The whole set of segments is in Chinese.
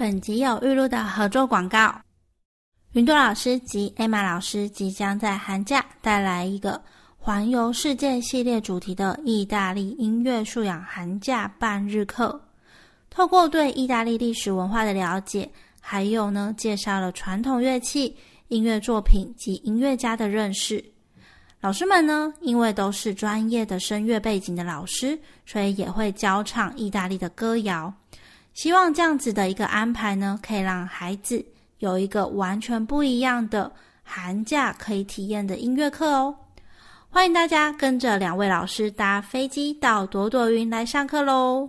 本集有预录的合作广告。云朵老师及 Emma 老师即将在寒假带来一个环游世界系列主题的意大利音乐素养寒假半日课。透过对意大利历史文化的了解，还有介绍了传统乐器、音乐作品及音乐家的认识。老师们因为都是专业的声乐背景的老师，所以也会教唱意大利的歌谣。希望这样子的一个安排可以让孩子有一个完全不一样的寒假可以体验的音乐课哦。欢迎大家跟着2位老师搭飞机到朵朵云来上课咯。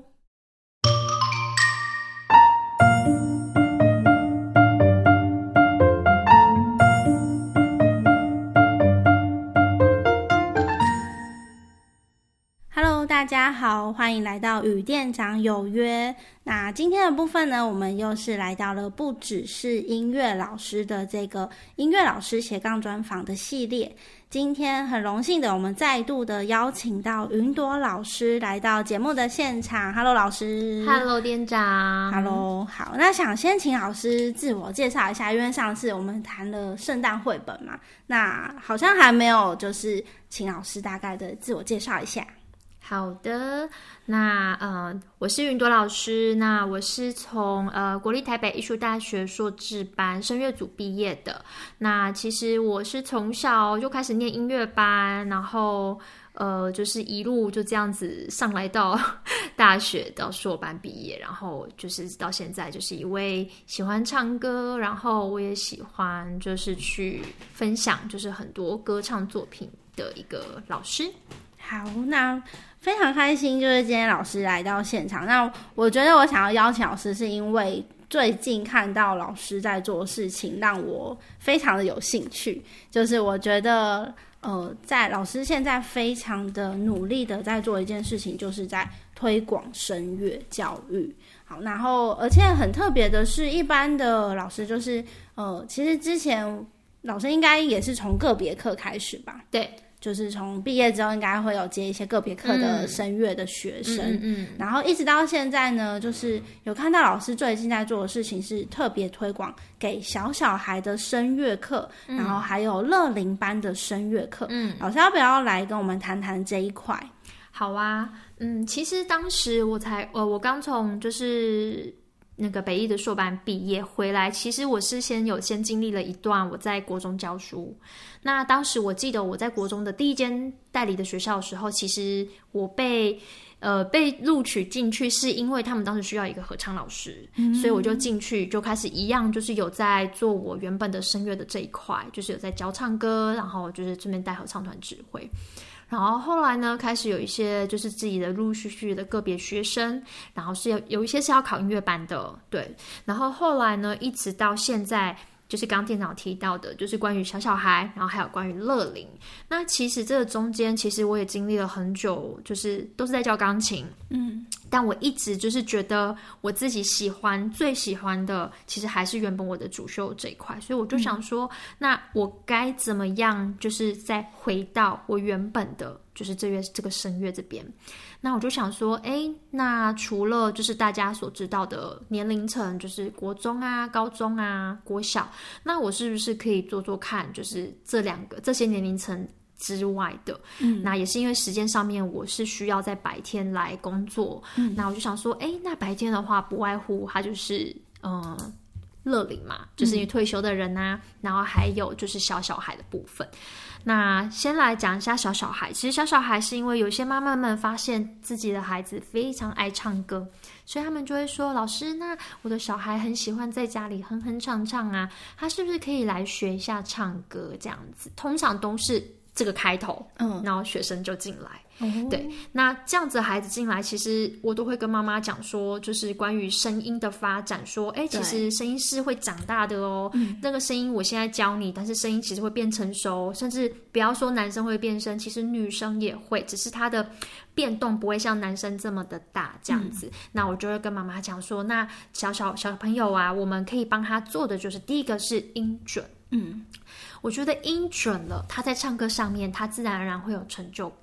大家好，欢迎来到与店长有约。那今天的部分我们又是来到了不只是音乐老师的这个音乐老师斜杠专访的系列。今天很荣幸的，我们再度的邀请到云朵老师来到节目的现场。Hello 老师。 Hello 店长。 Hello。好，那想先请老师自我介绍一下，因为上次我们谈了圣诞绘本嘛，那好像还没有就是请老师大概的自我介绍一下。 好的，那我是云朵老师，那我是从国立台北艺术大学硕士班声乐组毕业的。那其实我是从小就开始念音乐班，然后就是一路就这样子上来到大学到硕班毕业，然后就是到现在就是一位喜欢唱歌，然后我也喜欢就是去分享就是很多歌唱作品的一个老师。 好，那非常开心就是今天老师来到现场。那我觉得我想要邀请老师是因为最近看到老师在做事情让我非常的有兴趣，就是我觉得在老师现在非常的努力的在做一件事情，就是在推广声乐教育。好，然后而且很特别的是，一般的老师就是其实之前老师应该也是从个别课开始吧？对，就是从毕业之后应该会有接一些个别课的声乐的学生，然后一直到现在呢，就是有看到老师最近在做的事情是特别推广给小孩的声乐课，然后还有乐龄班的声乐课。老师要不要来跟我们谈谈这一块？ 好啊，其实当时我刚从就是那个北艺的硕班毕业回来，其实我是先经历了一段我在国中教书。那当时我记得我在国中的第一间代理的学校的时候，其实我被录取进去是因为他们当时需要一个合唱老师，所以我就进去就开始一样就是有在做我原本的声乐的这一块，就是有在教唱歌，然后就是顺便带合唱团指挥。然后后来呢，开始有一些就是自己的陆陆续续的个别学生，然后是有一些是要考音乐班的，对。然后后来呢，一直到现在，就是刚刚店长提到的，就是关于小孩，然后还有关于乐龄。那其实这个中间，其实我也经历了很久，就是都是在教钢琴，但我一直就是觉得我自己最喜欢的，其实还是原本我的主修这一块，所以我就想说，那我该怎么样，就是再回到我原本的，就是这个声乐这边。那我就想说，那除了就是大家所知道的年龄层，就是国中啊、高中啊、国小，那我是不是可以做做看，就是这些年龄层之外的，那也是因为时间上面我是需要在白天来工作，那我就想说，那白天的话不外乎它就是乐龄嘛，就是因为退休的人啊，然后还有就是小孩的部分。那先来讲一下小孩，其实小孩是因为有些妈妈们发现自己的孩子非常爱唱歌，所以他们就会说，老师，那我的小孩很喜欢在家里哼哼唱唱啊，他是不是可以来学一下唱歌这样子？通常都是这个开头，然后学生就进来。对，那这样子的孩子进来，其实我都会跟妈妈讲说，就是关于声音的发展，说其实声音是会长大的哦，那个声音我现在教你，但是声音其实会变成熟，甚至不要说男生会变声，其实女生也会，只是它的变动不会像男生这么的大这样子。那我就会跟妈妈讲说，那小朋友啊，我们可以帮他做的就是第一个是音准。我觉得音准了，他在唱歌上面他自然而然会有成就感，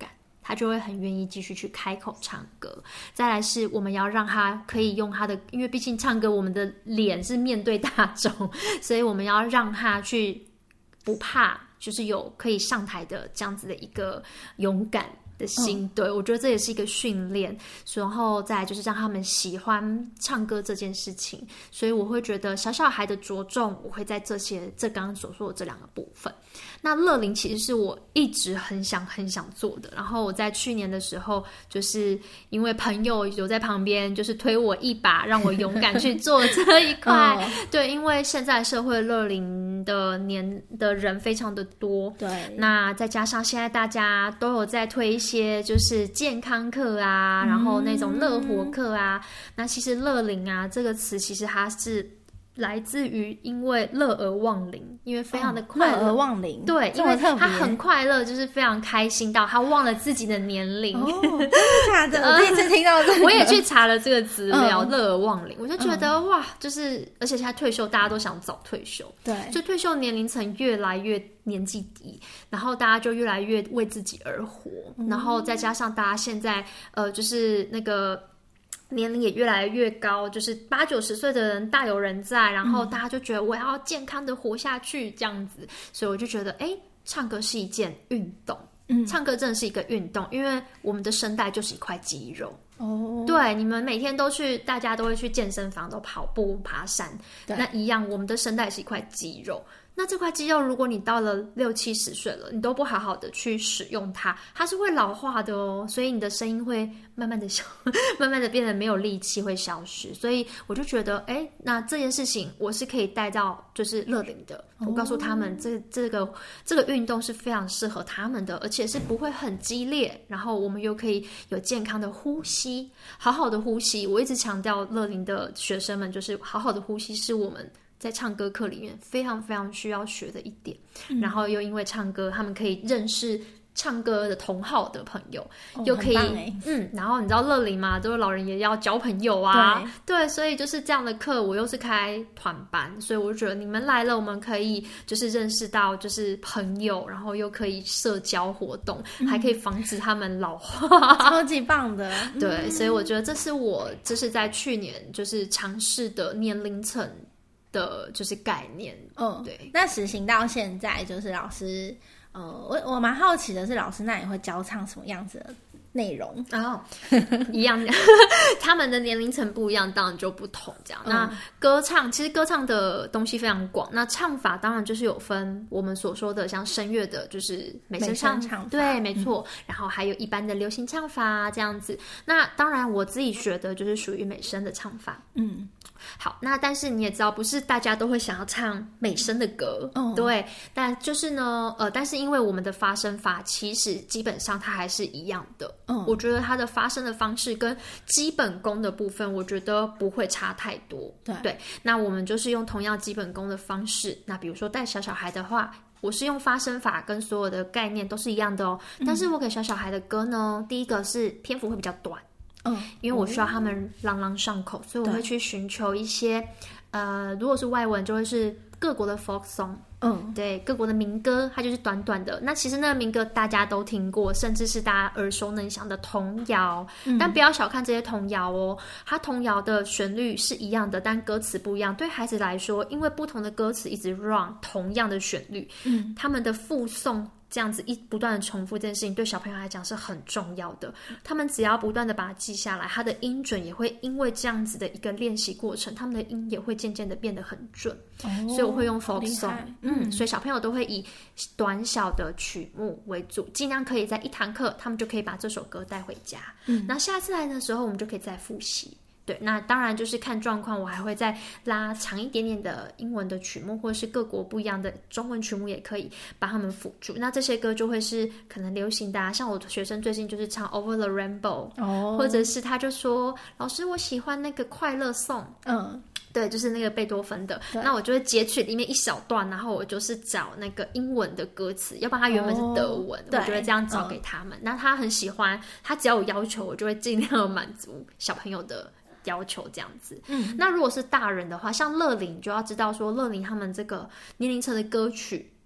他就会很愿意继续去开口唱歌。再来是我们要让他可以用他的，因为毕竟唱歌我们的脸是面对大众，所以我们要让他去不怕，就是有可以上台的这样子的一个勇敢的心。对，我觉得这也是一个训练，然后再来就是让他们喜欢唱歌这件事情。所以我会觉得小孩的着重我会在这刚刚所说的这两个部分。那乐龄其实是我一直很想做的，然后我在去年的时候就是因为朋友有在旁边就是推我一把，让我勇敢去做这一块对，因为现在社会乐龄的人非常的多， 对， 那再加上现在大家都有在推一些就是健康课啊，然后那种乐活课啊，那其实乐龄啊这个词其实它是来自于因为乐而忘龄，因为非常的快乐， 乐而忘龄， 对，因为他很快乐，就是非常开心到他忘了自己的年龄。 真的假的？我第一次听到这个， 我也去查了这个资料，乐而忘龄，我就觉得哇，就是而且现在退休大家都想早退休， 对， 就退休年龄层越来越年纪低，然后大家就越来越为自己而活，然后再加上大家现在就是那个年龄也越来越高，就是80-90岁的人大有人在，然后大家就觉得我要健康的活下去这样子，所以我就觉得唱歌是一件运动，唱歌真的是一个运动，因为我们的声带就是一块肌肉。对，你们每天大家都会去健身房，都跑步爬山，那一样我们的声带是一块肌肉。那这块肌肉如果你到了60-70岁了，你都不好好的去使用它，它是会老化的哦，所以你的声音会慢慢的慢慢的变得没有力气，会消失。所以我就觉得那这件事情我是可以带到就是乐龄的，我告诉他们这个运动是非常适合他们的，而且是不会很激烈，然后我们又可以有健康的呼吸，好好的呼吸。我一直强调乐龄的学生们，就是好好的呼吸是我们在唱歌课里面非常非常需要学的一点，然后又因为唱歌他们可以认识唱歌的同好的朋友，又可以然后你知道乐龄嘛，都是老人也要交朋友啊，对，所以就是这样的课我又是开团班，所以我就觉得你们来了我们可以就是认识到就是朋友，然后又可以社交活动，还可以防止他们老化， 超级棒的对，所以我觉得这是在去年就是尝试的年龄层的就是概念。对， 那实行到现在就是老师我蛮好奇的是，老师那你会教唱什么样子的内容？ 一样的他们的年龄层不一样，当然就不同这样。那歌唱其实歌唱的东西非常广，那唱法当然就是有分我们所说的像声乐的就是美声唱法， 对，没错，然后还有一般的流行唱法这样子。那当然我自己学的就是属于美声的唱法。好，那但是你也知道不是大家都会想要唱美声的歌，对，但就是呢但是因为我们的发声法其实基本上它还是一样的，我觉得它的发声的方式跟基本功的部分我觉得不会差太多，对，那我们就是用同样基本功的方式，那比如说带小孩的话，我是用发声法跟所有的概念都是一样的哦，但是我给小孩的歌呢，第一个是篇幅会比较短，因为我需要他们朗朗上口，所以我会去寻求一些如果是外文就会是各国的 folk song，对，各国的民歌，它就是短短的。那其实那个民歌大家都听过，甚至是大家耳熟能详的童谣，但不要小看这些童谣哦，它童谣的旋律是一样的，但歌词不一样。对孩子来说，因为不同的歌词一直 run 同样的旋律，他们的复诵这样子不断的重复这件事情，对小朋友来讲是很重要的。他们只要不断的把它记下来，他的音准也会因为这样子的一个练习过程，他们的音也会渐渐的变得很准。所以我会用 folk song，所以小朋友都会以短小的曲目为主，尽量可以在一堂课他们就可以把这首歌带回家。那下次来的时候我们就可以再复习。对，那当然就是看状况，我还会再拉长一点点的英文的曲目，或者是各国不一样的中文曲目也可以帮他们辅助。那这些歌就会是可能流行的像我学生最近就是唱 Over the Rainbow，或者是他就说老师我喜欢那个快乐颂，对，就是那个贝多芬的，那我就会截取里面一小段，然后我就是找那个英文的歌词，要不然它原本是德文，我就会这样找给他们。那他很喜欢，他只要有要求，我就会尽量满足小朋友的要求这样子。那如果是大人的话，像乐龄就要知道说乐龄他们这个年龄层的歌曲，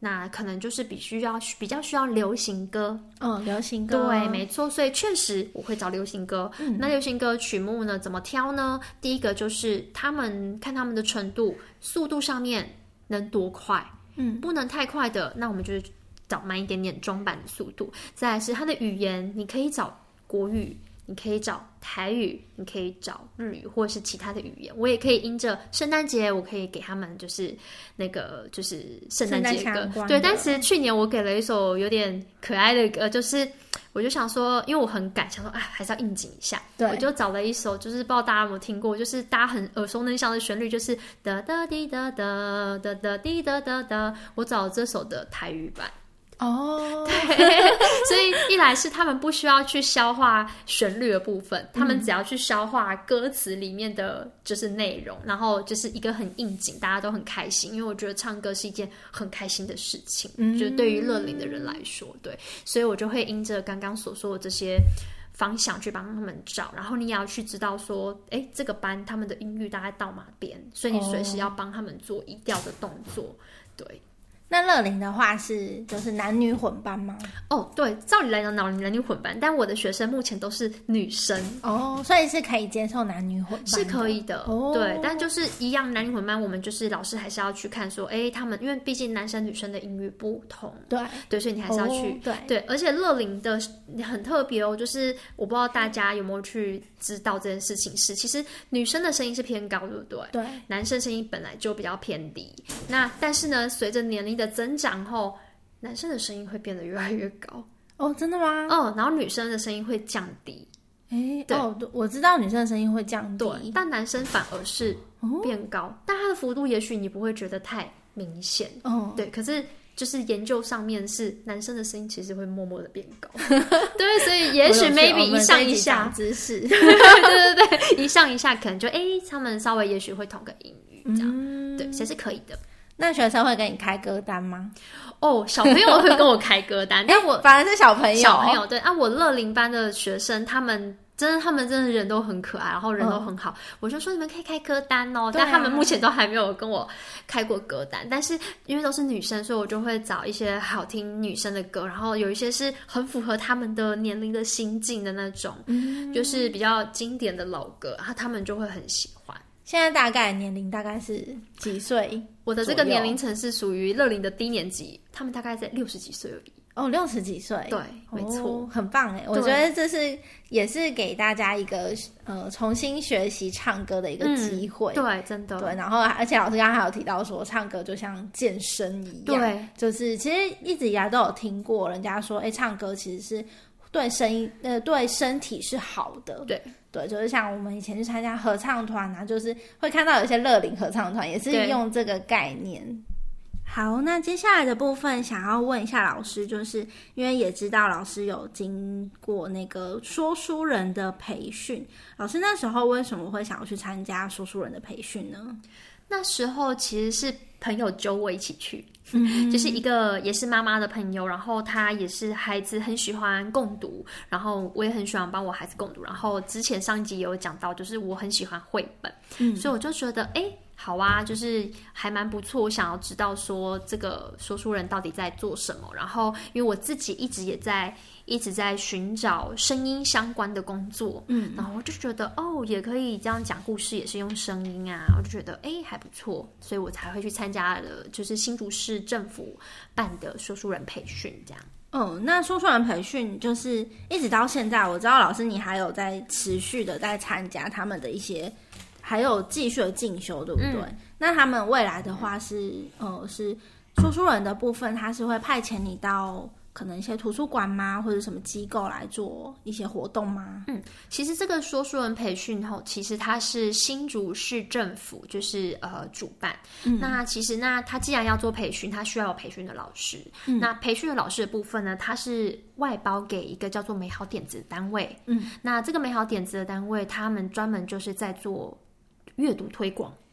那可能就是比较需要流行歌。 流行歌， 对，没错，所以确实我会找流行歌。那流行歌曲目呢，怎么挑呢？第一个就是看他们的程度，速度上面能多快，不能太快的，那我们就是找慢一点点中版的速度。再来是它的语言，你可以找国语，你可以找台语，你可以找日语或者是其他的语言。我也可以因着圣诞节，我可以给他们就是那个就是圣诞节歌。对，但是去年我给了一首有点可爱的歌，就是我就想说，因为我很赶，想说还是要应景一下，我就找了一首，就是不知道大家有没有听过，就是大家很耳熟能详的旋律，就是哒哒滴哒哒哒哒滴哒哒哒。我找了这首的台语版。对，所以一来是他们不需要去消化旋律的部分，他们只要去消化歌词里面的就是内容，然后就是一个很应景，大家都很开心。因为我觉得唱歌是一件很开心的事情，就是对于乐龄的人来说，对，所以我就会因着刚刚所说的这些方向去帮他们找，然后你也要去知道说，这个班他们的音域大概到哪边，所以你随时要帮他们做移调的动作，对。 那乐龄的话就是男女混班吗？ 对，照理来讲男女混班，但我的学生目前都是女生所以是可以接受男女混班的， 是可以的对，但就是一样男女混班，我们就是老师还是要去看说，他们因为毕竟男生女生的音域不同，对，所以你还是要去对，而且乐龄的很特别就是我不知道大家有没有去知道这件事情是，其实女生的声音是偏高，对不对？ 对， 男生声音本来就比较偏低，那但是呢，随着年龄的增长后，男生的声音会变得越来越高。 真的吗？ 然后女生的声音会降低。 我知道女生的声音会降低， 对，但男生反而是变高，但它的幅度也许你不会觉得太明显。对，可是就是研究上面是男生的声音其实会默默的变高。对，所以也许 maybe 一上一下知识， 对，一上一下可能就他们稍微也许会同个音域这样，对，其实是可以的。 那学生会给你开歌单吗？ 小朋友会跟我开歌单，但我反而是小朋友对我乐龄班的学生他们真的人都很可爱，然后人都很好，我就说你们可以开歌单但他们目前都还没有跟我开过歌单，但是因为都是女生，所以我就会找一些好听女生的歌，然后有一些是很符合他们的年龄的心境的那种，就是比较经典的老歌，然后他们就会很喜欢。 现在大概年龄大概是几岁？ 我的这个年龄层是属于乐龄的低年级，他们大概在60几岁而已。 60几岁， 对，没错， 很棒我觉得这也是给大家一个重新学习唱歌的一个机会。 对，真的。 对，然后而且老师刚刚还有提到说，唱歌就像健身一样， 对， 就是其实一直以来都有听过人家说，唱歌其实是对对身体是好的。对，就是像我们以前去参加合唱团就是会看到有一些乐龄合唱团也是用这个概念。好，那接下来的部分想要问一下老师，就是因为也知道老师有经过那个说书人的培训，老师那时候为什么会想要去参加说书人的培训呢？ 那时候其实是朋友揪我一起去，就是一个也是妈妈的朋友，然后他也是孩子很喜欢共读，然后我也很喜欢帮我孩子共读，然后之前上一集也有讲到，就是我很喜欢绘本，所以我就觉得好啊，就是还蛮不错，我想要知道说这个说书人到底在做什么，然后因为我自己一直在寻找声音相关的工作，然后我就觉得也可以这样讲故事，也是用声音啊，我就觉得还不错，所以我才会去参加了就是新竹市政府办的说书人培训这样。 那说书人培训就是一直到现在，我知道老师你还有在持续的在参加他们的一些，还有继续的进修，对不对？那他们未来的话是说书人的部分，他是会派遣你到可能一些图书馆吗，或者什么机构来做一些活动吗？ 其实这个说书人培训后，其实它是新竹市政府就是主办。那其实他既然要做培训，他需要有培训的老师。那培训的老师的部分呢，他是外包给一个叫做美好点子的单位。那这个美好点子的单位，他们专门就是在做阅读推广。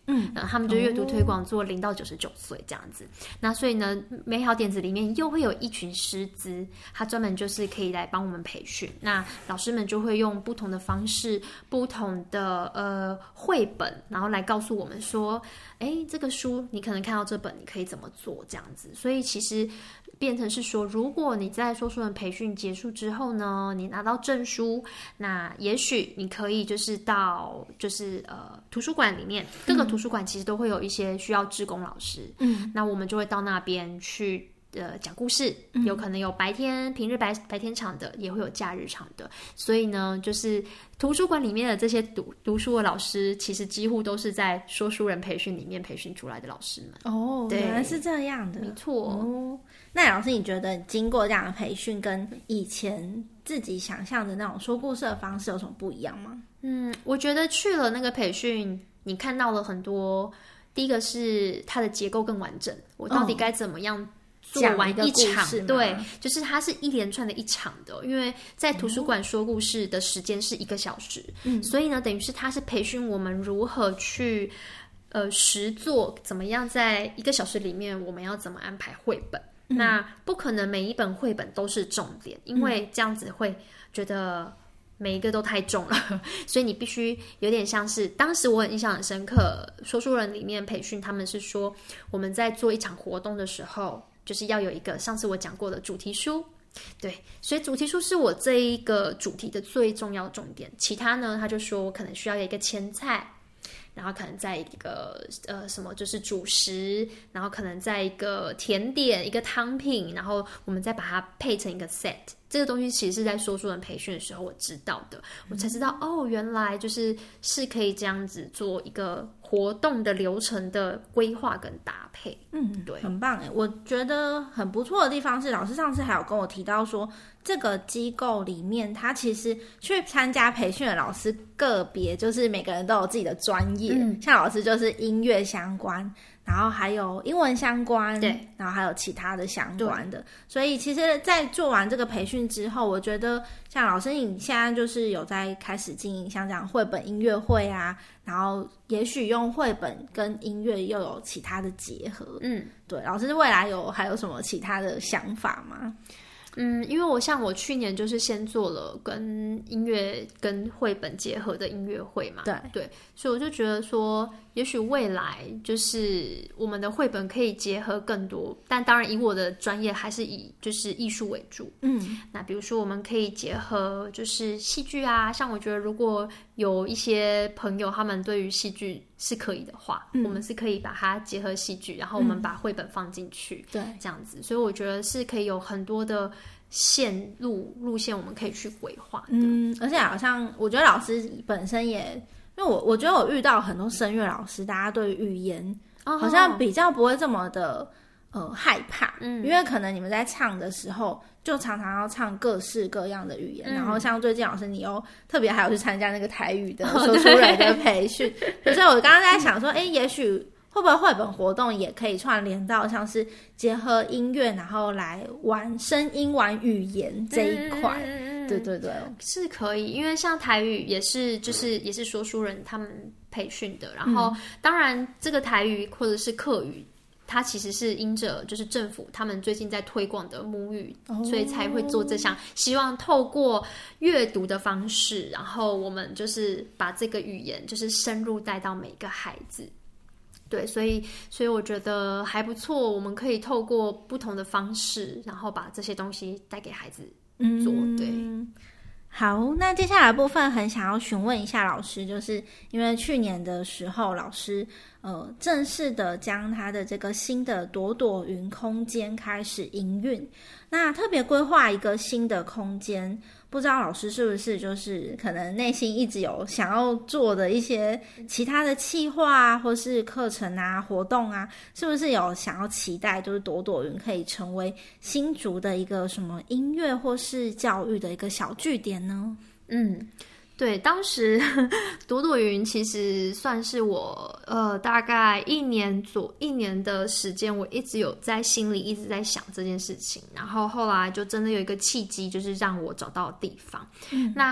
他们就阅读推广做0到99岁这样子。那所以呢，美好点子里面又会有一群师资，他专门就是可以来帮我们培训。那老师们就会用不同的方式、不同的绘本，然后来告诉我们说，这个书你可能看到这本，你可以怎么做这样子。所以其实变成是说，如果你在说书人培训结束之后呢，你拿到证书，那也许你可以就是到图书馆里面，各个图书馆其实都会有一些需要志工老师，那我们就会到那边去讲故事，有可能有平日白天场的，也会有假日场的。所以呢，就是图书馆里面的这些读书的老师，其实几乎都是在说书人培训里面培训出来的老师们。 哦，原来是这样的， 没错。 那老师，你觉得经过这样的培训，跟以前自己想象的那种说故事的方式有什么不一样吗？ 我觉得去了那个培训，你看到了很多。第一个是它的结构更完整，我到底该怎么样做完一场？对，就是它是一连串的一场的，因为在图书馆说故事的时间是1个小时，所以呢，等于是它是培训我们如何去实作，怎么样在1个小时里面我们要怎么安排绘本。那不可能每一本绘本都是重点，因为这样子会觉得每一个都太重了，所以你必须有点像是当时我很印象很深刻，说书人里面培训他们是说，我们在做一场活动的时候，就是要有一个上次我讲过的主题书。对，所以主题书是我这一个主题的最重要的重点。其他呢，他就说我可能需要一个前菜，然后可能在一个什么就是主食，然后可能在一个甜点、一个汤品，然后我们再把它配成一个 set。这个东西其实是在说书人培训的时候我知道的，我才知道原来是可以这样子做一个活动的流程的规划跟搭配。对， 很棒耶。我觉得很不错的地方是，老师上次还有跟我提到说，这个机构里面他其实去参加培训的老师个别就是每个人都有自己的专业，像老师就是音乐相关，然后还有英文相关，对，然后还有其他的相关的。所以其实在做完这个培训之后，我觉得像老师你现在就是有在开始经营像这样绘本音乐会啊，然后也许用绘本跟音乐又有其他的结合。对，老师未来还有什么其他的想法吗？ 因为我去年就是先做了跟音乐跟绘本结合的音乐会嘛，对，所以我就觉得说，也许未来就是我们的绘本可以结合更多，但当然以我的专业还是以就是艺术为主。那比如说我们可以结合就是戏剧啊，像我觉得如果有一些朋友他们对于戏剧是可以的话，我们是可以把它结合戏剧，然后我们把绘本放进去，对，这样子，所以我觉得是可以有很多的路线我们可以去规划的。 而且好像我觉得老师本身也，因为我觉得我遇到很多声乐老师，大家对语言好像比较不会这么的害怕，因为可能你们在唱的时候就常常要唱各式各样的语言，然后像最近老师你又特别还有去参加那个台语的说书人的培训，所以我刚刚在想说，也许会不会绘本活动也可以串联到像是结合音乐，然后来玩声音、玩语言这一块。对， 是可以，因为像台语也是说书人他们培训的，然后当然这个台语或者是客语，它其实是因着就是政府他们最近在推广的母语，所以才会做这项，希望透过阅读的方式，然后我们就是把这个语言就是深入带到每个孩子。对，所以我觉得还不错，我们可以透过不同的方式，然后把这些东西带给孩子做。对。 好，那接下来的部分很想要询问一下老师，就是因为去年的时候，老师正式的将他的这个新的朵朵云空间开始营运，那特别规划一个新的空间，不知道老师是不是就是可能内心一直有想要做的一些其他的企划啊，或是课程啊、活动啊，是不是有想要期待就是朵朵云可以成为新竹的一个什么音乐或是教育的一个小据点呢？ 对，当时朵朵云其实算是我大概一年的时间，我一直有在心里一直在想这件事情，然后后来就真的有一个契机，就是让我找到地方。那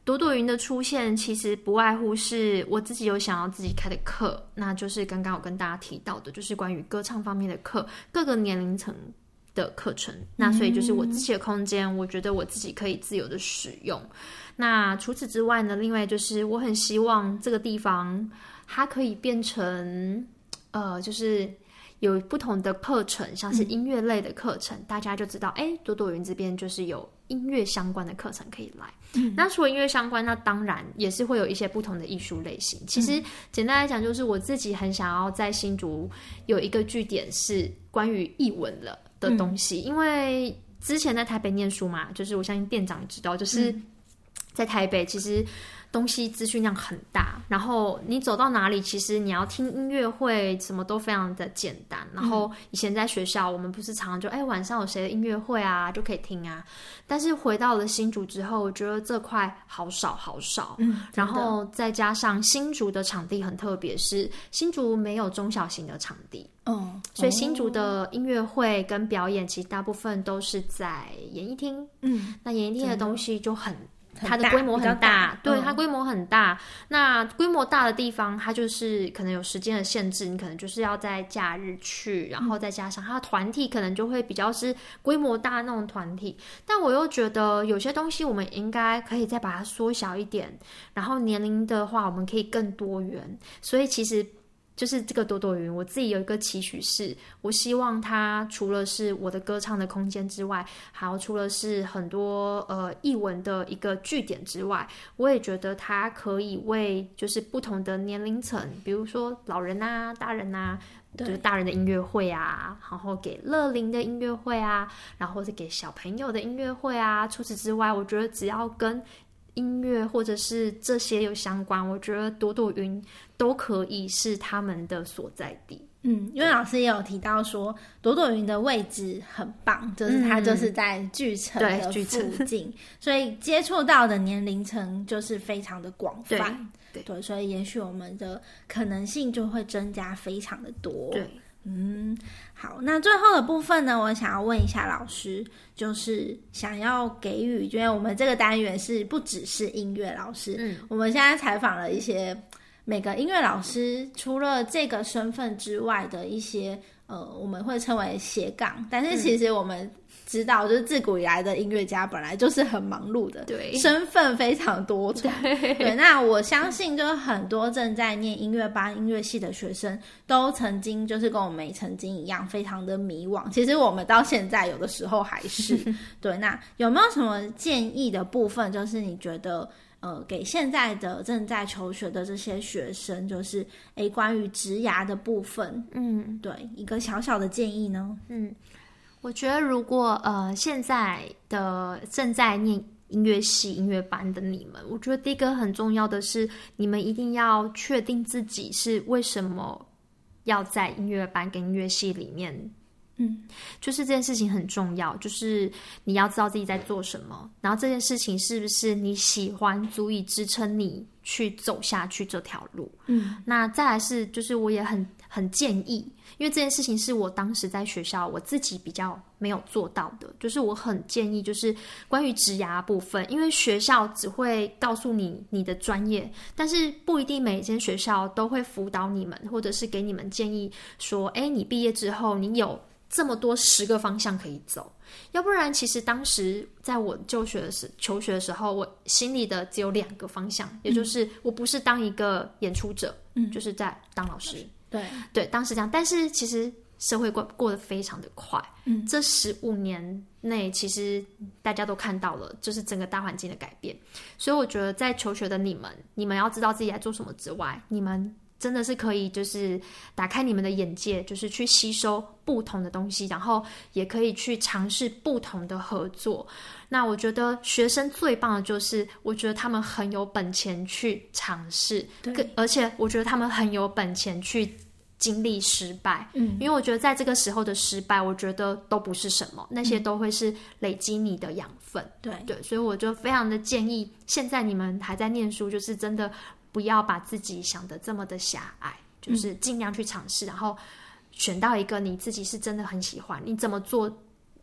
朵朵云的出现其实不外乎是我自己有想要自己开的课，那就是刚刚我跟大家提到的，就是关于歌唱方面的课，各个年龄层的课程。那所以就是我自己的空间，我觉得我自己可以自由的使用。那除此之外呢，另外就是我很希望这个地方它可以变成就是有不同的课程，像是音乐类的课程，大家就知道朵朵云这边就是有音乐相关的课程可以来。那除了音乐相关，那当然也是会有一些不同的艺术类型。其实简单来讲，就是我自己很想要在新竹有一个据点是关于艺文的东西，因为之前在台北念书嘛，就是我相信店长也知道，就是在台北其实东西资讯量很大，然后你走到哪里，其实你要听音乐会什么都非常的简单。然后以前在学校我们不是常常就晚上有谁的音乐会啊就可以听啊，但是回到了新竹之后，我觉得这块好少好少。然后再加上新竹的场地很特别，是新竹没有中小型的场地，所以新竹的音乐会跟表演其实大部分都是在演艺厅。那演艺厅的东西就它的规模很大，对，它规模很大。那规模大的地方，它就是可能有时间的限制，你可能就是要在假日去，然后再加上它的团体可能就会比较是规模大那种团体。但我又觉得有些东西我们应该可以再把它缩小一点，然后年龄的话我们可以更多元。所以其实就是这个朵朵云，我自己有一个期许是，我希望它除了是我的歌唱的空间之外，还有除了是很多艺文的一个据点之外，我也觉得它可以为就是不同的年龄层，比如说老人啊、大人啊，就是大人的音乐会啊，然后给乐龄的音乐会啊，然后是给小朋友的音乐会啊。除此之外，我觉得只要跟音乐或者是这些有相关，我觉得朵朵云都可以是他们的所在地。 因为老师也有提到说朵朵云的位置很棒，就是它就是在巨城的附近，所以接触到的年龄层就是非常的广泛。对，所以也许我们的可能性就会增加非常的多。对，好，那最后的部分呢，我想要问一下老师，就是想要给予，因为我们这个单元是不只是音乐老师，我们现在采访了一些每个音乐老师除了这个身份之外的一些我们会称为斜杠，但是其实我们知道，就是自古以来的音乐家本来就是很忙碌的，对，身份非常多重。对，那我相信就是很多正在念音乐班、音乐系的学生，都曾经就是跟我们曾经一样，非常的迷惘。其实我们到现在有的时候还是对。那有没有什么建议的部分？就是你觉得给现在的正在求学的这些学生，就是关于职涯的部分，对，一个小小的建议呢？ 我觉得如果现在的正在念音乐系、音乐班的你们，我觉得第一个很重要的是，你们一定要确定自己是为什么要在音乐班跟音乐系里面。就是这件事情很重要，就是你要知道自己在做什么，然后这件事情是不是你喜欢，足以支撑你去走下去这条路。那再来是，就是我也很建议，因为这件事情是我当时在学校我自己比较没有做到的，就是我很建议，就是关于职涯部分，因为学校只会告诉你你的专业，但是不一定每一间学校都会辅导你们，或者是给你们建议说，你毕业之后你有这么多10个方向可以走，要不然其实当时在我求学的时候，我心里的只有2个方向，也就是我不是当一个演出者，就是在当老师。对，当时这样，但是其实社会过得非常的快，这15年内其实大家都看到了，就是整个大环境的改变。所以我觉得在求学的你们要知道自己在做什么之外，你们真的是可以就是打开你们的眼界，就是去吸收不同的东西，然后也可以去尝试不同的合作。那我觉得学生最棒的就是我觉得他们很有本钱去尝试，而且我觉得他们很有本钱去经历失败，因为我觉得在这个时候的失败，我觉得都不是什么，那些都会是累积你的养分。对，所以我就非常的建议现在你们还在念书，就是真的不要把自己想得这么的狭隘，就是尽量去尝试，然后选到一个你自己是真的很喜欢，你怎么做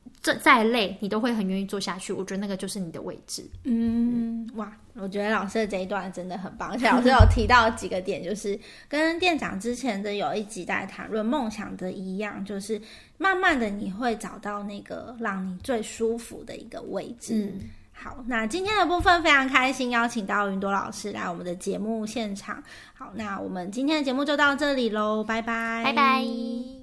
再累你都会很愿意做下去，我觉得那个就是你的位置。 哇，我觉得老师的这一段真的很棒，而且老师有提到几个点，就是跟店长之前的有一集在谈论梦想的一样，就是慢慢的你会找到那个让你最舒服的一个位置。好，那今天的部分非常开心邀请到云朵老师来我们的节目现场。好，那我们今天的节目就到这里咯，拜拜， 拜拜。